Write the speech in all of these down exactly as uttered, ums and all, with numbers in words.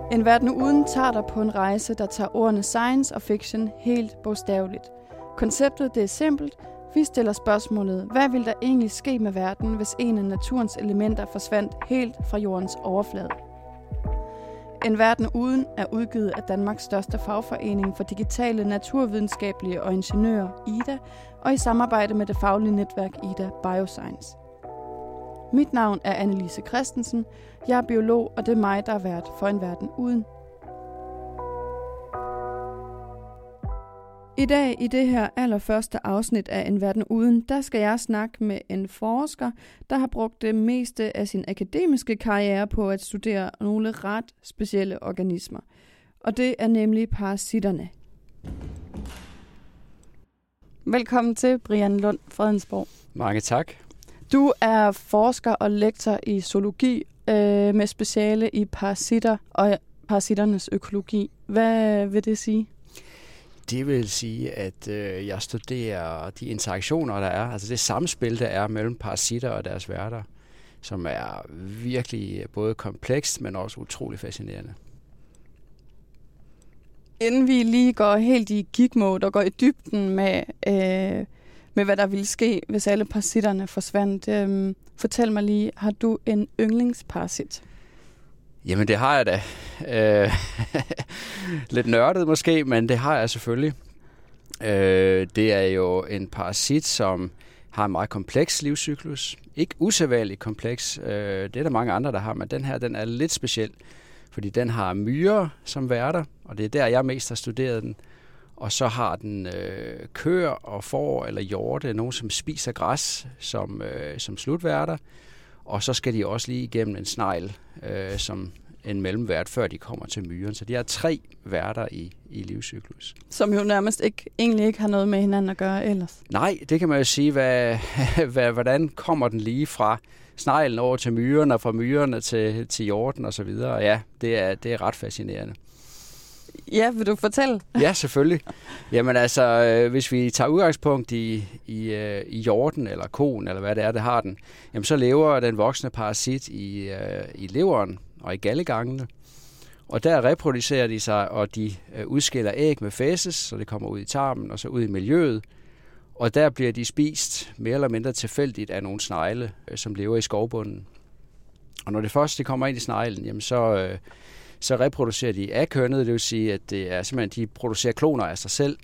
En verden uden tager dig på en rejse, der tager ordene science og fiction helt bogstaveligt. Konceptet det er simpelt. Vi stiller spørgsmålet, hvad vil der egentlig ske med verden, hvis en af naturens elementer forsvandt helt fra jordens overflade? En verden uden er udgivet af Danmarks største fagforening for digitale, naturvidenskabelige og ingeniører, I D A, og i samarbejde med det faglige netværk I D A Bioscience. Mit navn er Annelise Christensen. Jeg er biolog, og det er mig, der er vært for En verden uden. I dag i det her allerførste afsnit af En verden uden, der skal jeg snakke med en forsker, der har brugt det meste af sin akademiske karriere på at studere nogle ret specielle organismer. Og det er nemlig parasitterne. Velkommen til, Brian Lund Fredensborg. Mange tak. Du er forsker og lektor i zoologi øh, med speciale i parasitter og parasitternes økologi. Hvad vil det sige? Det vil sige, at øh, jeg studerer de interaktioner, der er, altså det samspil, der er mellem parasitter og deres værter, som er virkelig både komplekst, men også utrolig fascinerende. Inden vi lige går helt i geek-mode og går i dybden med, øh, med hvad der ville ske, hvis alle parasitterne forsvandt, øh, fortæl mig lige, har du en yndlingsparasit? Jamen det har jeg da. Øh, lidt nørdet måske, men det har jeg selvfølgelig. Øh, det er jo en parasit, som har en meget kompleks livscyklus. Ikke usædvanligt kompleks. Øh, det er der mange andre, der har, men den her den er lidt speciel, fordi den har myrer som værter, og det er der, jeg mest har studeret den. Og så har den øh, køer og får eller hjorte, nogen som spiser græs som, øh, som slutværter. Og så skal de også lige igennem en snegl øh, som en mellemvært, før de kommer til myren. Så de har tre værter i, i livscyklus. Som jo nærmest ikke, egentlig ikke har noget med hinanden at gøre ellers. Nej, det kan man jo sige. Hvad, hvad, hvordan kommer den lige fra sneglen over til myren, og fra myrerne til, til hjorten og så videre. Ja, det er, det er ret fascinerende. Ja, vil du fortælle? Ja, selvfølgelig. Jamen altså, øh, hvis vi tager udgangspunkt i, i, øh, i hjorten eller koen, eller hvad det er, det har den, jamen så lever den voksne parasit i, øh, i leveren og i gallegangene. Og der reproducerer de sig, og de øh, udskiller æg med fæses, så det kommer ud i tarmen og så ud i miljøet. Og der bliver de spist mere eller mindre tilfældigt af nogle snegle, øh, som lever i skovbunden. Og når det først de kommer ind i sneglen, jamen så... Øh, så reproducerer de af kønnet, det vil sige, at det er simpelthen, de producerer kloner af sig selv.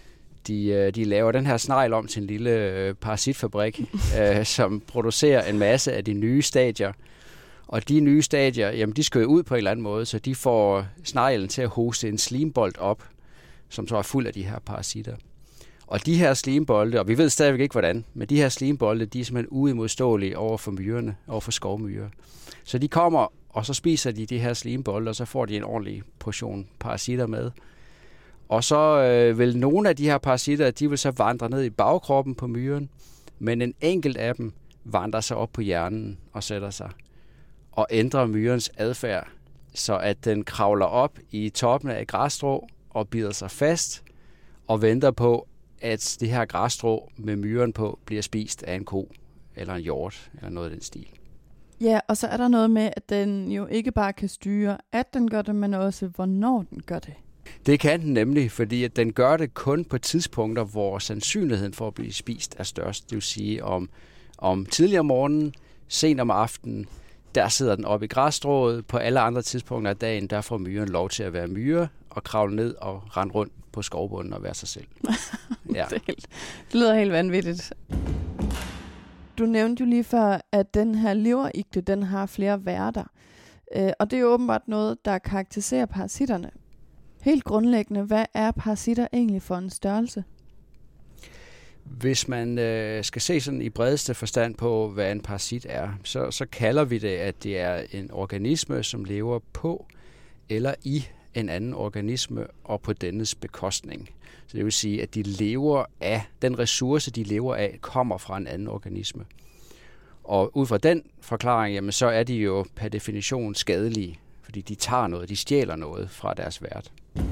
De, de laver den her snegl om til en lille parasitfabrik, øh, som producerer en masse af de nye stadier. Og de nye stadier, jamen de skal jo ud på en eller anden måde, så de får sneglen til at hoste en slimbold op, som så er fuld af de her parasitter. Og de her slimbolde, og vi ved stadigvæk ikke hvordan, men de her slimbolde, de er simpelthen uimodståelige over for myrerne, over for skovmyrer. Så de kommer, og så spiser de de her slimbolde, og så får de en ordentlig portion parasitter med. Og så øh, vil nogle af de her parasitter, de vil så vandre ned i bagkroppen på myren, men en enkelt af dem vandrer sig op på hjernen og sætter sig og ændrer myrens adfærd, så at den kravler op i toppen af et græsstrå og bider sig fast og venter på, at det her græsstrå med myren på bliver spist af en ko eller en hjort eller noget af den stil. Ja, og så er der noget med, at den jo ikke bare kan styre, at den gør det, men også hvornår den gør det. Det kan den nemlig, fordi at den gør det kun på tidspunkter, hvor sandsynligheden for at blive spist er størst. Det vil sige, om, om tidligere om morgenen, sent om aftenen, der sidder den oppe i græsstrået. På alle andre tidspunkter af dagen, der får myren lov til at være myre og kravle ned og rende rundt på skovbunden og være sig selv. Ja. det, helt, det lyder helt vanvittigt. Du nævnte jo lige før, at den her leverigte, den har flere værter. Øh, og det er jo åbenbart noget, der karakteriserer parasitterne. Helt grundlæggende, hvad er parasitter egentlig for en størrelse? Hvis man øh, skal se sådan i bredeste forstand på, hvad en parasit er, så, så kalder vi det, at det er en organisme, som lever på eller i en anden organisme og på dennes bekostning. Så det vil sige, at de lever af, den ressource, de lever af, kommer fra en anden organisme. Og ud fra den forklaring, jamen, så er de jo per definition skadelige, fordi de tager noget, de stjæler noget fra deres vært.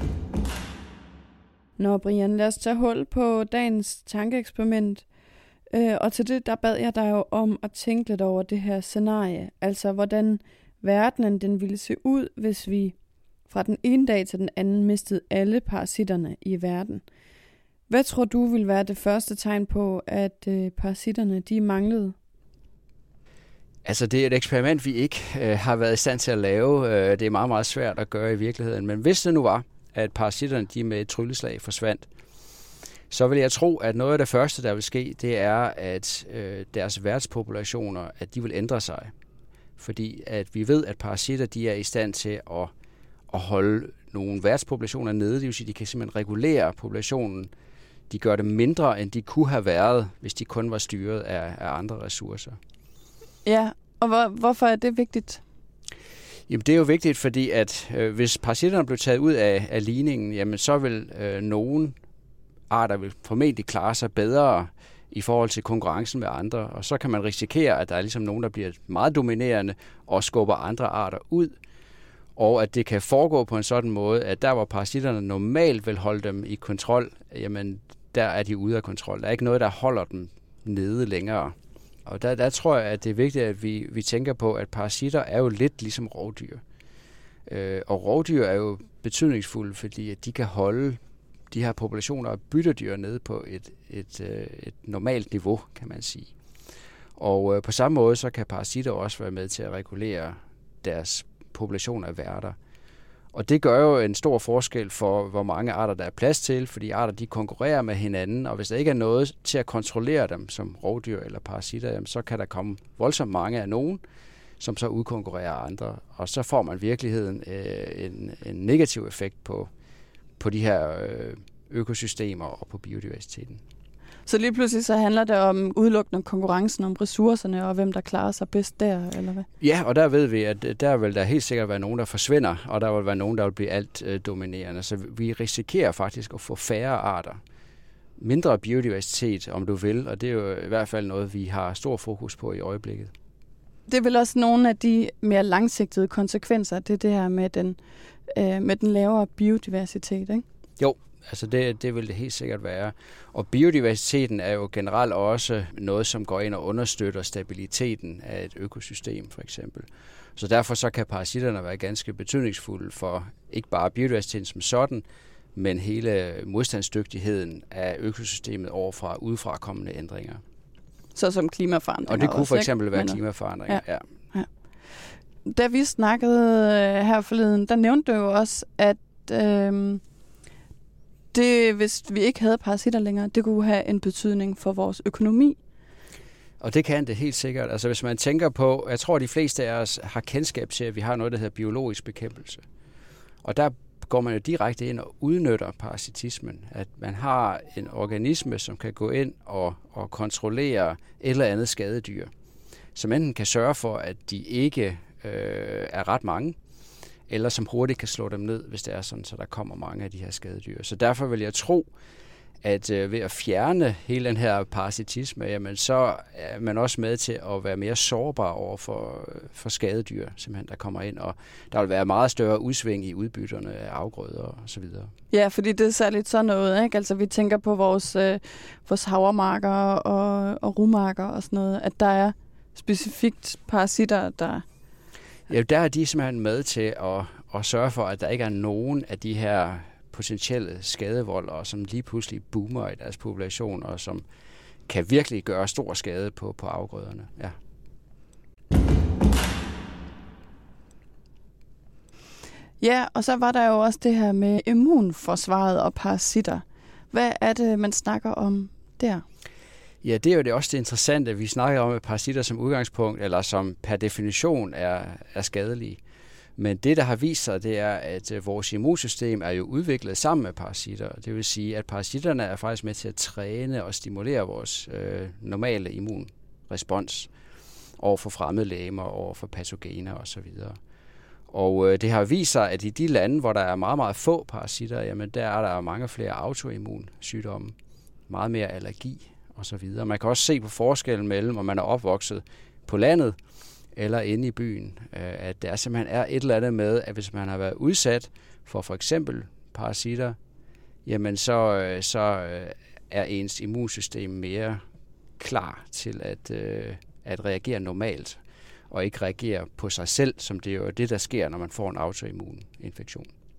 Nå, Brian, lad os tage hul på dagens tankeeksperiment. Øh, og til det, der bad jeg dig jo om at tænke lidt over det her scenarie. Altså, hvordan verdenen den ville se ud, hvis vi fra den ene dag til den anden mistede alle parasitterne i verden. Hvad tror du vil være det første tegn på, at øh, parasitterne de manglede? Altså, det er et eksperiment, vi ikke øh, har været i stand til at lave. Øh, det er meget, meget svært at gøre i virkeligheden. Men hvis det nu var, at parasitterne de med et trylleslag forsvandt, så vil jeg tro, at noget af det første, der vil ske, det er, at øh, deres værtspopulationer, at de vil ændre sig. Fordi at vi ved, at parasitter de er i stand til at, at holde nogle værtspopulationer nede. Det vil sige, at de kan simpelthen regulere populationen. De gør det mindre, end de kunne have været, hvis de kun var styret af, af andre ressourcer. Ja, og hvor, hvorfor er det vigtigt? Jamen, det er jo vigtigt, fordi at øh, hvis parasitterne blev taget ud af, af ligningen, jamen, så vil øh, nogle arter vil formentlig klare sig bedre i forhold til konkurrencen med andre, og så kan man risikere, at der er ligesom nogen, der bliver meget dominerende og skubber andre arter ud, og at det kan foregå på en sådan måde, at der, hvor parasitterne normalt vil holde dem i kontrol, jamen, der er de ude af kontrol. Der er ikke noget, der holder dem nede længere. Og der, der tror jeg, at det er vigtigt, at vi, vi tænker på, at parasitter er jo lidt ligesom rovdyr. Øh, og rovdyr er jo betydningsfulde, fordi at de kan holde de her populationer af byttedyr nede på et, et, et normalt niveau, kan man sige. Og øh, på samme måde, så kan parasitter også være med til at regulere deres populationer af værter. Og det gør jo en stor forskel for, hvor mange arter der er plads til, fordi arter de konkurrerer med hinanden, og hvis der ikke er noget til at kontrollere dem, som rovdyr eller parasitter, jamen, så kan der komme voldsomt mange af nogen, som så udkonkurrerer andre. Og så får man i virkeligheden øh, en, en negativ effekt på, på de her øh, økosystemer og på biodiversiteten. Så lige pludselig så handler det om udelukkende konkurrencen om ressourcerne, og hvem der klarer sig bedst der, eller hvad? Ja, og der ved vi, at der vil der helt sikkert være nogen, der forsvinder, og der vil være nogen, der vil blive alt øh, dominerende. Så vi risikerer faktisk at få færre arter. Mindre biodiversitet, om du vil, og det er jo i hvert fald noget, vi har stor fokus på i øjeblikket. Det er vel også nogle af de mere langsigtede konsekvenser, det er det her med den, øh, med den lavere biodiversitet, ikke? Jo. Altså det, det vil det helt sikkert være. Og biodiversiteten er jo generelt også noget, som går ind og understøtter stabiliteten af et økosystem, for eksempel. Så derfor så kan parasitterne være ganske betydningsfulde for ikke bare biodiversiteten som sådan, men hele modstandsdygtigheden af økosystemet overfra udefra kommende ændringer. Så som klimaforandringer. Og det kunne også, for eksempel ikke? være klimaforandringer, ja. ja. ja. Da vi snakkede her forleden, der nævnte du jo også, at øh, det, hvis vi ikke havde parasitter længere, det kunne have en betydning for vores økonomi. Og det kan det helt sikkert. Altså hvis man tænker på, jeg tror, at de fleste af os har kendskab til, at vi har noget, der hedder biologisk bekæmpelse. Og der går man jo direkte ind og udnytter parasitismen. At man har en organisme, som kan gå ind og, og kontrollere et eller andet skadedyr, som enten kan sørge for, at de ikke øh, er ret mange, eller som hurtigt kan slå dem ned, hvis det er sådan, så der kommer mange af de her skadedyr. Så derfor vil jeg tro, at øh, ved at fjerne hele den her parasitisme, jamen, så er man også med til at være mere sårbar over for, for skadedyr, simpelthen, der kommer ind, og der vil være meget større udsving i udbytterne af afgrøder og så videre. Ja, fordi det er særligt sådan noget, ikke? Altså vi tænker på vores, øh, vores havermarker og, og rumarker og sådan noget, at der er specifikt parasitter, der... Ja, der er de simpelthen med til at, at sørge for, at der ikke er nogen af de her potentielle skadevoldere, som lige pludselig boomer i deres population, og som kan virkelig gøre stor skade på, på afgrøderne. Ja. Ja, og så var der jo også det her med immunforsvaret og parasitter. Hvad er det, man snakker om der? Ja, det er jo det også det interessante. Vi snakker om, at parasitter som udgangspunkt, eller som per definition er, er skadelige. Men det, der har vist sig, det er, at vores immunsystem er jo udviklet sammen med parasitter. Det vil sige, at parasitterne er faktisk med til at træne og stimulere vores øh, normale immunrespons over for fremmede legemer, over for patogener osv. Og øh, det har vist sig, at i de lande, hvor der er meget, meget få parasitter, jamen der er der mange flere autoimmunsygdomme, meget mere allergi osv. Man kan også se på forskellen mellem, om man er opvokset på landet eller inde i byen, at der simpelthen er et eller andet med, at hvis man har været udsat for for eksempel parasitter, jamen så, så er ens immunsystem mere klar til at, at reagere normalt, og ikke reagere på sig selv, som det er jo det, der sker, når man får en autoimmun infektion.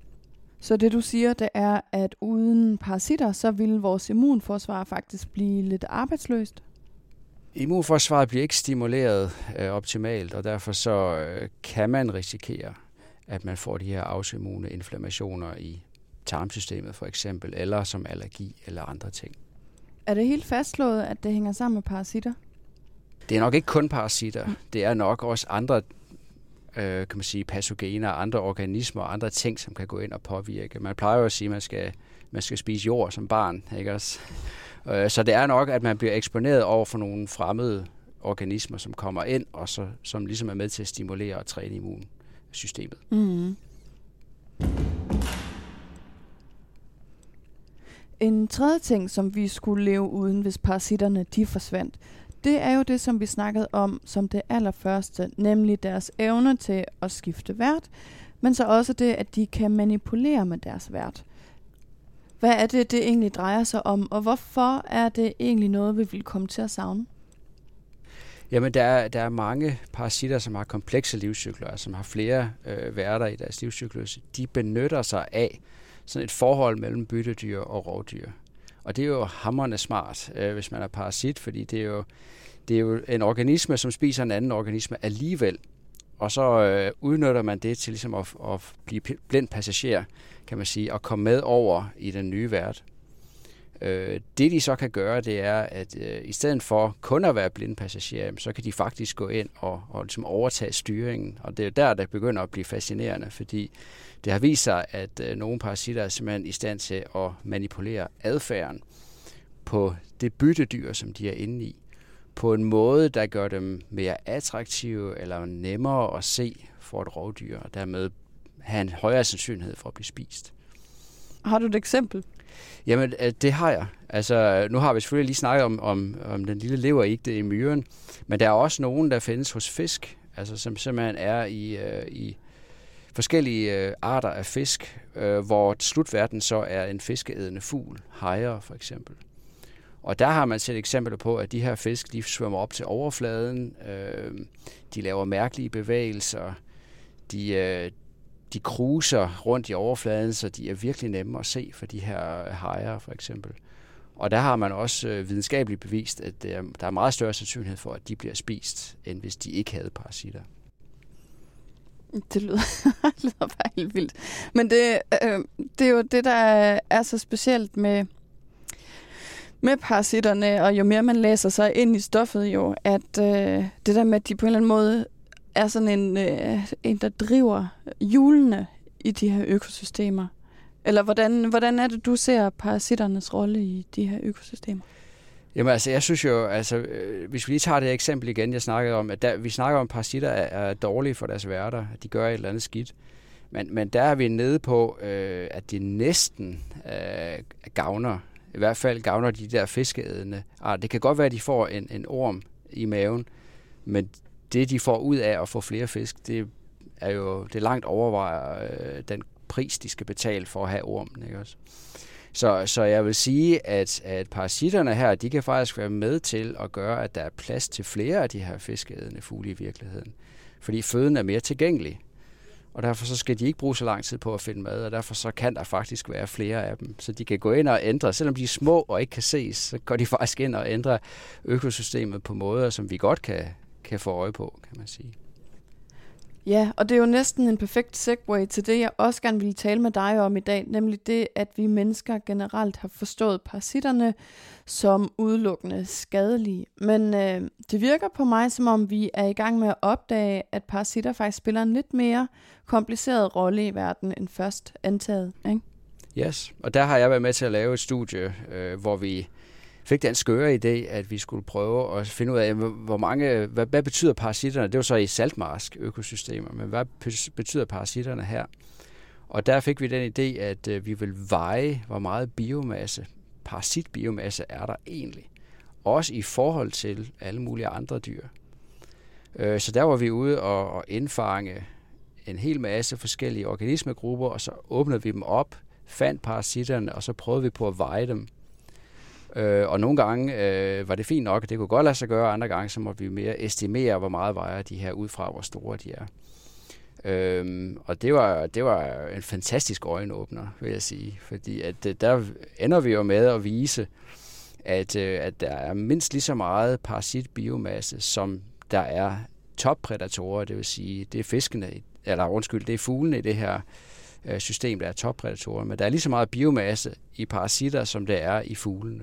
Så det du siger, det er, at uden parasitter, så ville vores immunforsvar faktisk blive lidt arbejdsløst? Immunforsvaret bliver ikke stimuleret øh, optimalt, og derfor så øh, kan man risikere, at man får de her autoimmune inflammationer i tarmsystemet for eksempel, eller som allergi eller andre ting. Er det helt fastslået, at det hænger sammen med parasitter? Det er nok ikke kun parasitter. Det er nok også andre øh, kan man sige, patogener, andre organismer og andre ting, som kan gå ind og påvirke. Man plejer jo at sige, at man skal, man skal spise jord som barn, ikke også? Så det er nok, at man bliver eksponeret over for nogle fremmede organismer, som kommer ind, og så, som ligesom er med til at stimulere og træne immunsystemet. Mm. En tredje ting, som vi skulle leve uden, hvis parasitterne de forsvandt, det er jo det, som vi snakkede om som det allerførste, nemlig deres evne til at skifte vært, men så også det, at de kan manipulere med deres vært. Hvad er det, det egentlig drejer sig om, og hvorfor er det egentlig noget, vi vil komme til at savne? Jamen, der er, der er mange parasitter, som har komplekse livscykler, som har flere øh, værter i deres livscyklus. De benytter sig af sådan et forhold mellem byttedyr og rovdyr. Og det er jo hamrende smart, øh, hvis man er parasit, fordi det er, jo, det er jo en organisme, som spiser en anden organisme alligevel. Og så øh, udnytter man det til ligesom at, at blive blind passager, kan man sige, og komme med over i den nye vært. Øh, det de så kan gøre, det er, at øh, i stedet for kun at være blind passager, så kan de faktisk gå ind og, og ligesom overtage styringen. Og det er der, der begynder at blive fascinerende, fordi det har vist sig, at øh, nogle parasitter er simpelthen i stand til at manipulere adfærden på det byttedyr, som de er inde i, på en måde, der gør dem mere attraktive eller nemmere at se for et rovdyr, og dermed have en højere sandsynlighed for at blive spist. Har du et eksempel? Jamen, det har jeg. Altså, nu har vi selvfølgelig lige snakket om, om, om den lille leverigte i myren, men der er også nogen, der findes hos fisk, altså som simpelthen er i, øh, i forskellige øh, arter af fisk, øh, hvor slutverden så er en fiskeædende fugl, hajer for eksempel. Og der har man set eksempler på, at de her fisk, de svømmer op til overfladen, øh, de laver mærkelige bevægelser, de, øh, de cruiser rundt i overfladen, så de er virkelig nemme at se for de her hajer for eksempel. Og der har man også øh, videnskabeligt bevist, at der, der er meget større sandsynlighed for, at de bliver spist, end hvis de ikke havde parasitter. Det lyder, det lyder bare helt vildt. Men det, øh, det er jo det, der er så specielt med... med parasitterne, og jo mere man læser sig ind i stoffet jo, at øh, det der med, at de på en eller anden måde er sådan en, øh, en der driver hjulene i de her økosystemer. Eller hvordan, hvordan er det, du ser parasitternes rolle i de her økosystemer? Jamen altså, jeg synes jo, altså, øh, hvis vi lige tager det eksempel igen, jeg snakkede om, at der, vi snakker om, at parasitter er, er dårlige for deres værter, at de gør et eller andet skidt. Men, men der er vi nede på, øh, at de næsten øh, gavner i hvert fald gavner de der fiskeædende. Ah, det kan godt være, at de får en, en orm i maven, men det, de får ud af at få flere fisk, det er jo det langt overvejer øh, den pris, de skal betale for at have ormen. Ikke også? Så, så jeg vil sige, at, at parasitterne her, de kan faktisk være med til at gøre, at der er plads til flere af de her fiskeædende fugle i virkeligheden. Fordi føden er mere tilgængelig. Og derfor så skal de ikke bruge så lang tid på at finde mad, og derfor så kan der faktisk være flere af dem. Så de kan gå ind og ændre, selvom de er små og ikke kan ses, så går de faktisk ind og ændrer økosystemet på måder, som vi godt kan, kan få øje på, kan man sige. Ja, og det er jo næsten en perfekt segue til det, jeg også gerne ville tale med dig om i dag, nemlig det, at vi mennesker generelt har forstået parasitterne som udelukkende skadelige. Men øh, det virker på mig, som om vi er i gang med at opdage, at parasitter faktisk spiller en lidt mere kompliceret rolle i verden end først antaget, ikke? Yes, og der har jeg været med til at lave et studie, øh, hvor vi fik den skøre idé, at vi skulle prøve at finde ud af, hvor mange, hvad, hvad betyder parasitterne? Det var så i saltmarsk økosystemer, men hvad betyder parasitterne her? Og der fik vi den idé, at øh, vi vil veje, hvor meget biomasse, parasitbiomasse er der egentlig. Også i forhold til alle mulige andre dyr. Øh, så der var vi ude og, og indfange en hel masse forskellige organismegrupper, og så åbnede vi dem op, fandt parasitterne, og så prøvede vi på at veje dem. Øh, og nogle gange øh, var det fint nok, det kunne godt lade sig gøre, andre gange så måtte vi mere estimere, hvor meget vejer de her ud fra, hvor store de er. Øhm, og det var, det var en fantastisk øjenåbner, vil jeg sige, fordi at, der ender vi jo med at vise, at, at der er mindst lige så meget parasitbiomasse, som der er toppredatorer, det vil sige, det er fiskene, eller undskyld, det er fuglene i det her øh, system, der er toppredatorer, men der er lige så meget biomasse i parasitter, som det er i fuglene.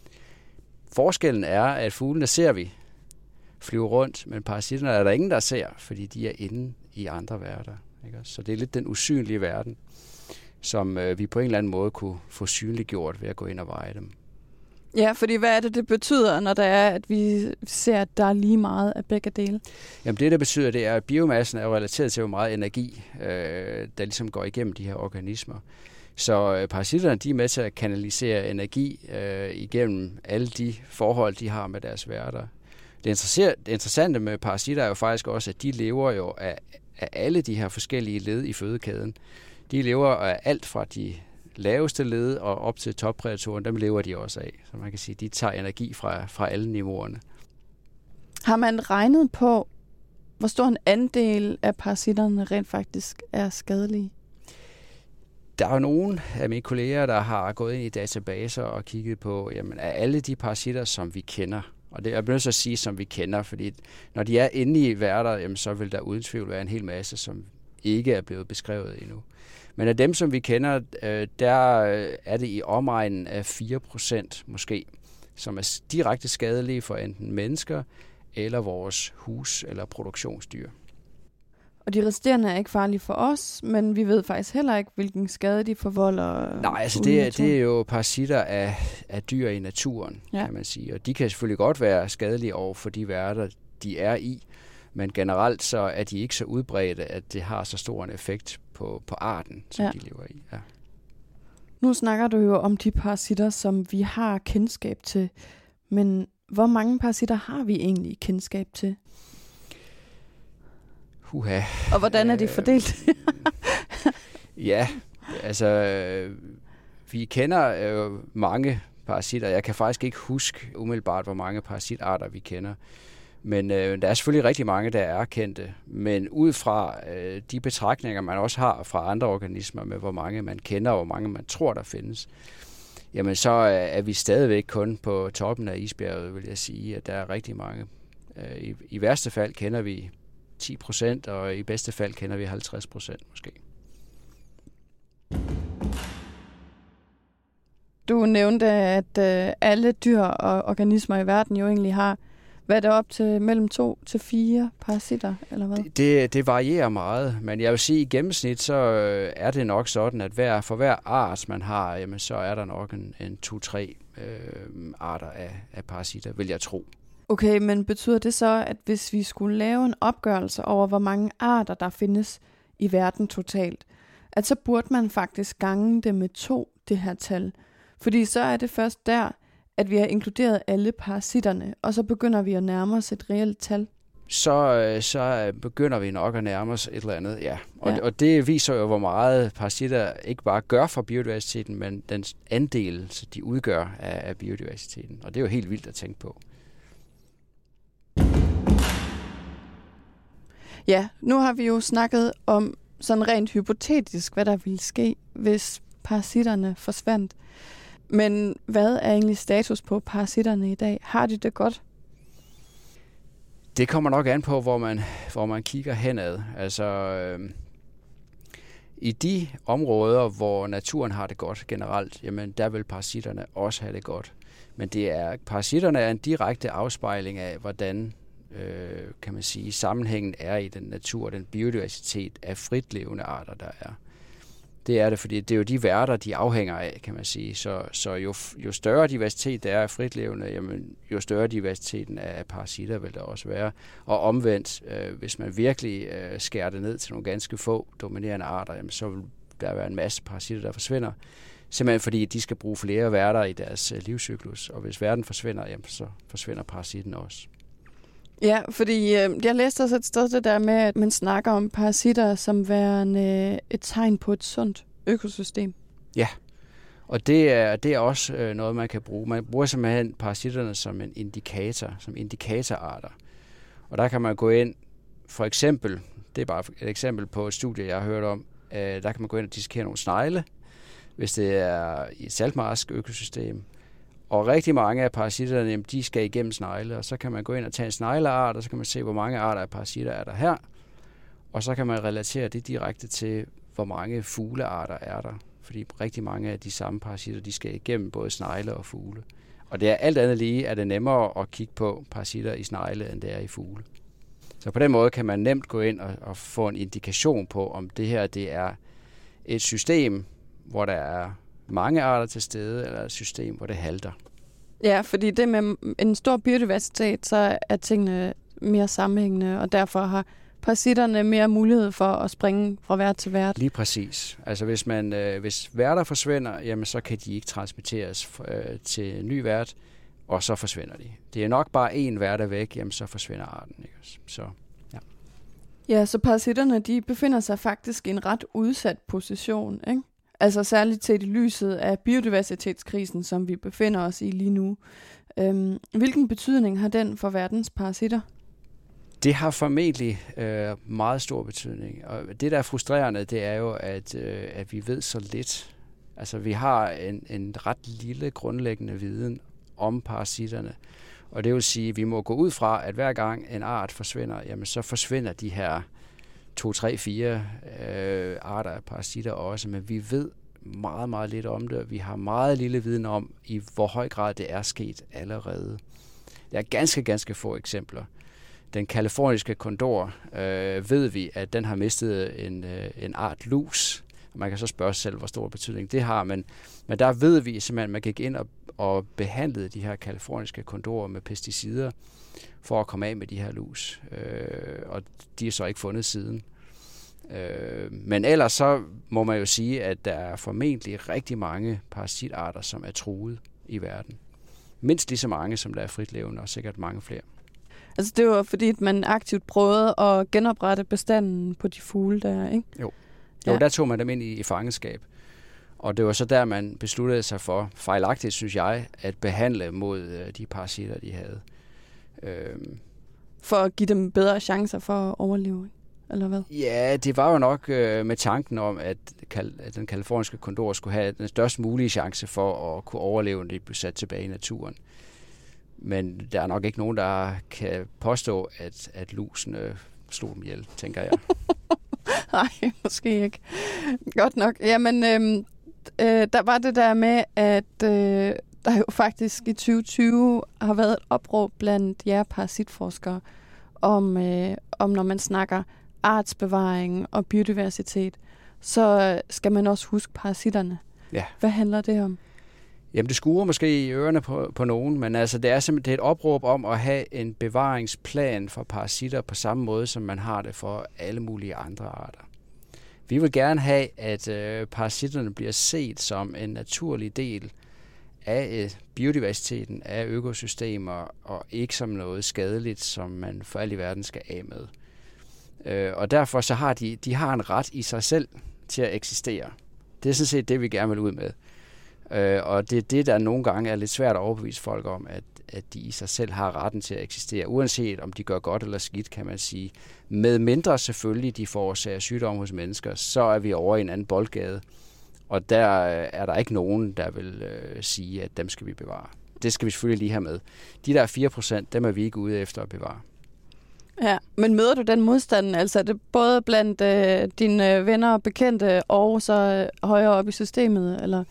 Forskellen er, at fuglene ser vi flyve rundt, men parasitterne er der ingen, der ser, fordi de er inde i andre verdener. Ikke? Så det er lidt den usynlige verden, som øh, vi på en eller anden måde kunne få synliggjort ved at gå ind og veje dem. Ja, fordi hvad er det, det betyder, når der er, at vi ser, at der er lige meget af begge dele? Jamen det, der betyder, det er, at biomassen er relateret til, hvor meget energi, øh, der ligesom går igennem de her organismer. Så øh, parasitterne, de er med til at kanalisere energi øh, igennem alle de forhold, de har med deres værter. Det, det interessante med parasitter er jo faktisk også, at de lever jo af, af alle de her forskellige led i fødekæden. De lever af alt fra de laveste led og op til toppredatoren, dem lever de også af. Så man kan sige, at de tager energi fra, fra alle niveauerne. Har man regnet på, hvor stor en andel af parasitterne rent faktisk er skadelige? Der er jo nogle af mine kolleger, der har gået ind i databaser og kigget på, jamen, af alle de parasitter, som vi kender. Og det er jeg nødt til at sige, som vi kender, fordi når de er inde i værter, jamen, så vil der uden tvivl være en hel masse, som ikke er blevet beskrevet endnu. Men af dem, som vi kender, der er det i omegnen af fire procent måske, som er direkte skadelige for enten mennesker eller vores hus- eller produktionsdyr. Og de resterende er ikke farlige for os, men vi ved faktisk heller ikke, hvilken skade de forvolder. Nej, altså det er, det er jo parasitter af, af dyr i naturen, ja. Kan man sige. Og de kan selvfølgelig godt være skadelige over for de værter, de er i, men generelt så er de ikke så udbredte, at det har så stor en effekt på, på arten, som ja. De lever i. Ja. Nu snakker du jo om de parasitter, som vi har kendskab til, men hvor mange parasitter har vi egentlig kendskab til? Uha. Og hvordan er de fordelt? Ja, altså vi kender jo mange parasitter. Jeg kan faktisk ikke huske umiddelbart, hvor mange parasitarter vi kender. Men øh, der er selvfølgelig rigtig mange, der er kendte. Men ud fra øh, de betragtninger, man også har fra andre organismer, med hvor mange man kender og hvor mange man tror, der findes, jamen så er vi stadigvæk kun på toppen af isbjerget, vil jeg sige, at der er rigtig mange. Øh, i, I værste fald kender vi ti procent, og i bedste fald kender vi halvtreds procent måske. Du nævnte, at øh, alle dyr og organismer i verden jo egentlig har, hvad er det op til, mellem to til fire parasitter, eller hvad? Det, det, det varierer meget, men jeg vil sige, at i gennemsnit, så er det nok sådan, at hver, for hver art, man har, jamen, så er der nok en, en to-tre øh, arter af, af parasitter, vil jeg tro. Okay, men betyder det så, at hvis vi skulle lave en opgørelse over, hvor mange arter, der findes i verden totalt, at så burde man faktisk gange det med to, det her tal? Fordi så er det først der, at vi har inkluderet alle parasitterne, og så begynder vi at nærme os et reelt tal. Så, så begynder vi nok at nærme os et eller andet, ja. Og, ja. og det viser jo, hvor meget parasitter ikke bare gør for biodiversiteten, men den andel, så de udgør af, af biodiversiteten. Og det er jo helt vildt at tænke på. Ja, nu har vi jo snakket om sådan rent hypotetisk, hvad der ville ske, hvis parasitterne forsvandt. Men hvad er egentlig status på parasitterne i dag? Har de det godt? Det kommer nok an på, hvor man, hvor man kigger henad. Altså, øh, i de områder, hvor naturen har det godt generelt, jamen der vil parasitterne også have det godt. Men det er, parasitterne er en direkte afspejling af, hvordan øh, kan man sige, sammenhængen er i den natur, den biodiversitet af fritlevende arter, der er. Det er det, fordi det er jo de værter, de afhænger af, kan man sige. Så, så jo, jo større diversitet der er af fritlevende, jamen, jo større diversiteten af parasitter vil der også være. Og omvendt, øh, hvis man virkelig øh, skærer det ned til nogle ganske få dominerende arter, jamen, så vil der være en masse parasitter, der forsvinder. Simpelthen fordi de skal bruge flere værter i deres øh, livscyklus. Og hvis verden forsvinder, jamen, så forsvinder parasitten også. Ja, fordi øh, jeg læste også et sted det der med, at man snakker om parasitter som værende et tegn på et sundt økosystem. Ja, og det er, det er også øh, noget, man kan bruge. Man bruger simpelthen parasitterne som en indikator, som indikatorarter. Og der kan man gå ind, for eksempel Det er bare et eksempel på et studie, jeg har hørt om. Øh, der kan man gå ind og dissekere nogle snegle, hvis det er i et saltmarsk-økosystem. Og rigtig mange af parasitterne, jamen, de skal igennem snegle, og så kan man gå ind og tage en snegleart, og så kan man se, hvor mange arter af parasitter er der her. Og så kan man relatere det direkte til, hvor mange fuglearter er der. Fordi rigtig mange af de samme parasitter, de skal igennem både snegle og fugle. Og det er alt andet lige, at det er nemmere at kigge på parasitter i snegle, end det er i fugle. Så på den måde kan man nemt gå ind og, og få en indikation på, om det her det er et system, hvor der er mange arter til stede, eller et system, hvor det halter. Ja, fordi det med en stor biodiversitet, så er tingene mere sammenhængende, og derfor har parasitterne mere mulighed for at springe fra vært til vært. Lige præcis. Altså hvis, man, øh, hvis værter forsvinder, jamen, så kan de ikke transmitteres øh, til ny vært, og så forsvinder de. Det er nok bare én vært væk, jamen, så forsvinder arten. Ikke? Så, ja. Ja, så parasitterne, de befinder sig faktisk i en ret udsat position, ikke? Altså særligt set i lyset af biodiversitetskrisen, som vi befinder os i lige nu. Øhm, hvilken betydning har den for verdens parasitter? Det har formentlig øh, meget stor betydning. Og det, der er frustrerende, det er jo, at, øh, at vi ved så lidt. Altså, vi har en, en ret lille grundlæggende viden om parasitterne. Og det vil sige, at vi må gå ud fra, at hver gang en art forsvinder, jamen så forsvinder de her to, tre, fire øh, arter af parasitter også. Men vi ved meget, meget lidt om det. Vi har meget lille viden om, i hvor høj grad det er sket allerede. Der er ganske, ganske få eksempler. Den kaliforniske kondor, øh, ved vi, at den har mistet en, øh, en art lus. Man kan så spørge sig selv, hvor stor betydning det har, men, men der ved vi simpelthen, at man gik ind og, og behandlede de her kaliforniske kondorer med pesticider for at komme af med de her lus. Øh, og de er så ikke fundet siden. Øh, men ellers så må man jo sige, at der er formentlig rigtig mange parasitarter, som er truet i verden. Mindst lige så mange, som der er fritlevende, og sikkert mange flere. Altså det var fordi, at man aktivt prøvede at genoprette bestanden på de fugle der, ikke? Jo, jo ja. Der tog man dem ind i, i fangenskab. Og det var så der, man besluttede sig for, fejlagtigt synes jeg, at behandle mod øh, de parasitter, de havde. Øhm. For at give dem bedre chancer for at overleve, eller hvad? Ja, det var jo nok øh, med tanken om, at, kal- at den kaliforniske kondor skulle have den størst mulige chance for at kunne overleve, når de blev sat tilbage i naturen. Men der er nok ikke nogen, der kan påstå, at, at lusene slog dem ihjel, tænker jeg. Nej, måske ikke. Godt nok. Jamen, øhm, øh, der var det der med, at øh, der jo faktisk i tyve tyve har været et opråb blandt jer parasitforskere om, øh, om når man snakker artsbevaring og biodiversitet, så skal man også huske parasitterne. Ja. Hvad handler det om? Jamen, det skuer måske i ørerne på, på nogen, men altså, det er simpelthen det er et opråb om at have en bevaringsplan for parasitter på samme måde, som man har det for alle mulige andre arter. Vi vil gerne have, at øh, parasitterne bliver set som en naturlig del af øh, biodiversiteten, af økosystemer, og ikke som noget skadeligt, som man for alt i verden skal af med. Øh, og derfor så har de, de har en ret i sig selv til at eksistere. Det er sådan set det, vi gerne vil ud med. Øh, og det er det, der nogle gange er lidt svært at overbevise folk om, at, at de i sig selv har retten til at eksistere, uanset om de gør godt eller skidt, kan man sige. Med mindre selvfølgelig, de forårsager sygdom hos mennesker, så er vi over i en anden boldgade, og der er der ikke nogen, der vil øh, sige, at dem skal vi bevare. Det skal vi selvfølgelig lige have med. De der fire procent, dem er vi ikke ude efter at bevare. Ja, men møder du den modstand, altså er det både blandt øh, dine venner og bekendte, og så øh, højere op i systemet, eller?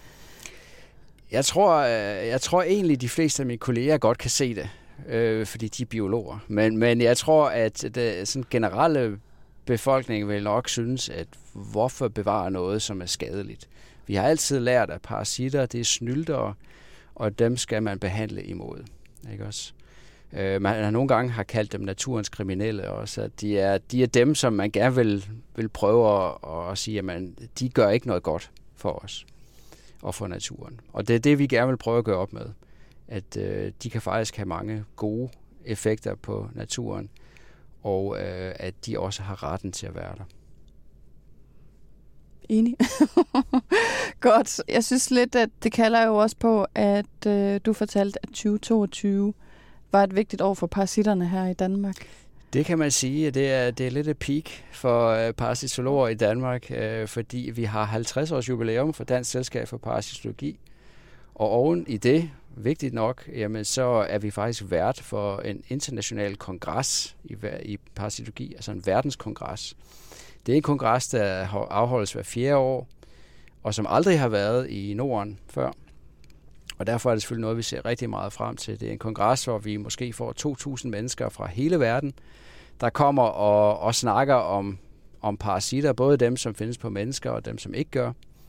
Jeg tror, jeg tror egentlig, de fleste af mine kolleger godt kan se det, øh, fordi de er biologer. Men, men jeg tror, at det sådan generelle befolkning vil nok synes, at hvorfor bevare noget, som er skadeligt. Vi har altid lært, at parasitter, det er snyltere, og dem skal man behandle imod. Ikke også? Øh, man har nogle gange har kaldt dem naturens kriminelle også, at de er, de er dem, som man gerne vil, vil prøve at, at sige, at man, de gør ikke noget godt for os og for naturen. Og det er det, vi gerne vil prøve at gøre op med. At øh, de kan faktisk have mange gode effekter på naturen, og øh, at de også har retten til at være der. Enig. Godt. Jeg synes lidt, at det kalder jo også på, at øh, du fortalte, at tyve toogtyve var et vigtigt år for parasitterne her i Danmark. Det kan man sige, at det er, det er lidt et peak for øh, parasitologer i Danmark, øh, fordi vi har halvtreds års jubilæum for Dansk Selskab for Parasitologi. Og oven i det, vigtigt nok, jamen, så er vi faktisk vært for en international kongres i, i parasitologi, altså en verdenskongres. Det er en kongres, der afholdes hver fjerde år, og som aldrig har været i Norden før. Og derfor er det selvfølgelig noget, vi ser rigtig meget frem til. Det er en kongres, hvor vi måske får to tusind mennesker fra hele verden, der kommer og, og snakker om, om parasitter, både dem, som findes på mennesker, og dem, som ikke gør.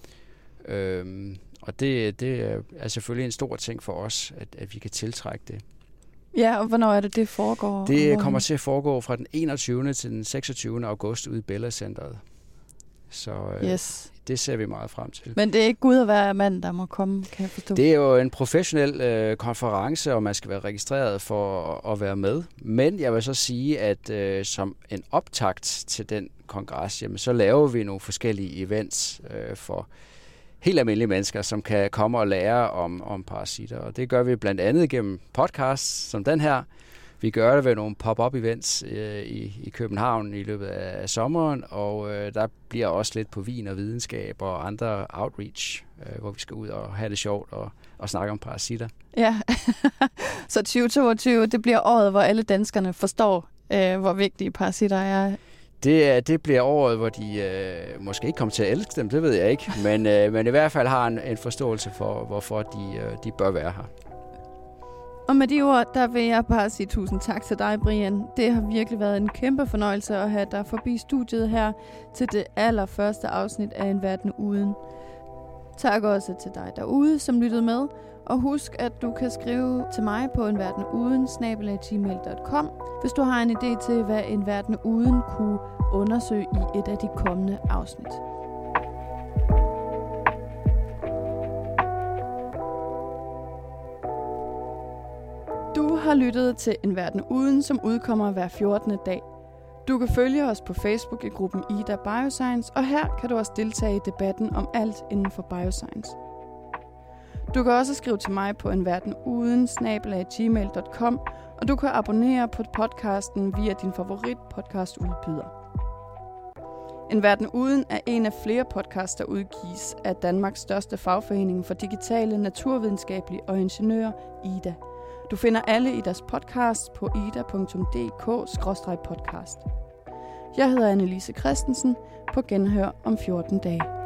Øhm, og det, det er selvfølgelig en stor ting for os, at, at vi kan tiltrække det. Ja, og hvornår er det, det foregår? Det kommer til at foregå fra den enogtyvende til den seksogtyvende august ude i Bella Centeret. Så yes. Det ser vi meget frem til. Men det er ikke Gud at være mand, der må komme, kan jeg forstå? Det er jo en professionel øh, konference, og man skal være registreret for at, at være med. Men jeg vil så sige, at øh, som en optakt til den kongres, jamen, så laver vi nogle forskellige events øh, for helt almindelige mennesker, som kan komme og lære om, om parasitter. Og det gør vi blandt andet gennem podcasts som den her. Vi gør det ved nogle pop-up events øh, i, i København i løbet af sommeren, og øh, der bliver også lidt på vin og videnskab og andre outreach, øh, hvor vi skal ud og have det sjovt og, og snakke om parasitter. Ja, så tyve toogtyve, det bliver året, hvor alle danskerne forstår, øh, hvor vigtige parasitter er. Det, det bliver året, hvor de øh, måske ikke kommer til at elske dem, det ved jeg ikke, men, øh, men i hvert fald har en, en forståelse for, hvorfor de, øh, de bør være her. Og med de ord, der vil jeg bare sige tusind tak til dig, Brian. Det har virkelig været en kæmpe fornøjelse at have dig forbi studiet her til det allerførste afsnit af En Verden Uden. Tak også til dig derude, som lyttede med. Og husk, at du kan skrive til mig på enverdenuden snabel-a gmail punktum com, hvis du har en idé til, hvad En Verden Uden kunne undersøge i et af de kommende afsnit. Du har lyttet til En Verden Uden, som udkommer hver fjortende dag. Du kan følge os på Facebook i gruppen Ida Bioscience, og her kan du også deltage i debatten om alt inden for bioscience. Du kan også skrive til mig på enverdenuden snabel-a gmail punktum com, og du kan abonnere på podcasten via din favorit podcastudbyder. En Verden Uden er en af flere podcasts, der udgives af Danmarks største fagforening for digitale, naturvidenskabelige og ingeniører, Ida. Du finder alle Idas podcasts på ida punktum d k skråstreg podcast. Jeg hedder Annelise Christensen. På genhør om fjorten dage.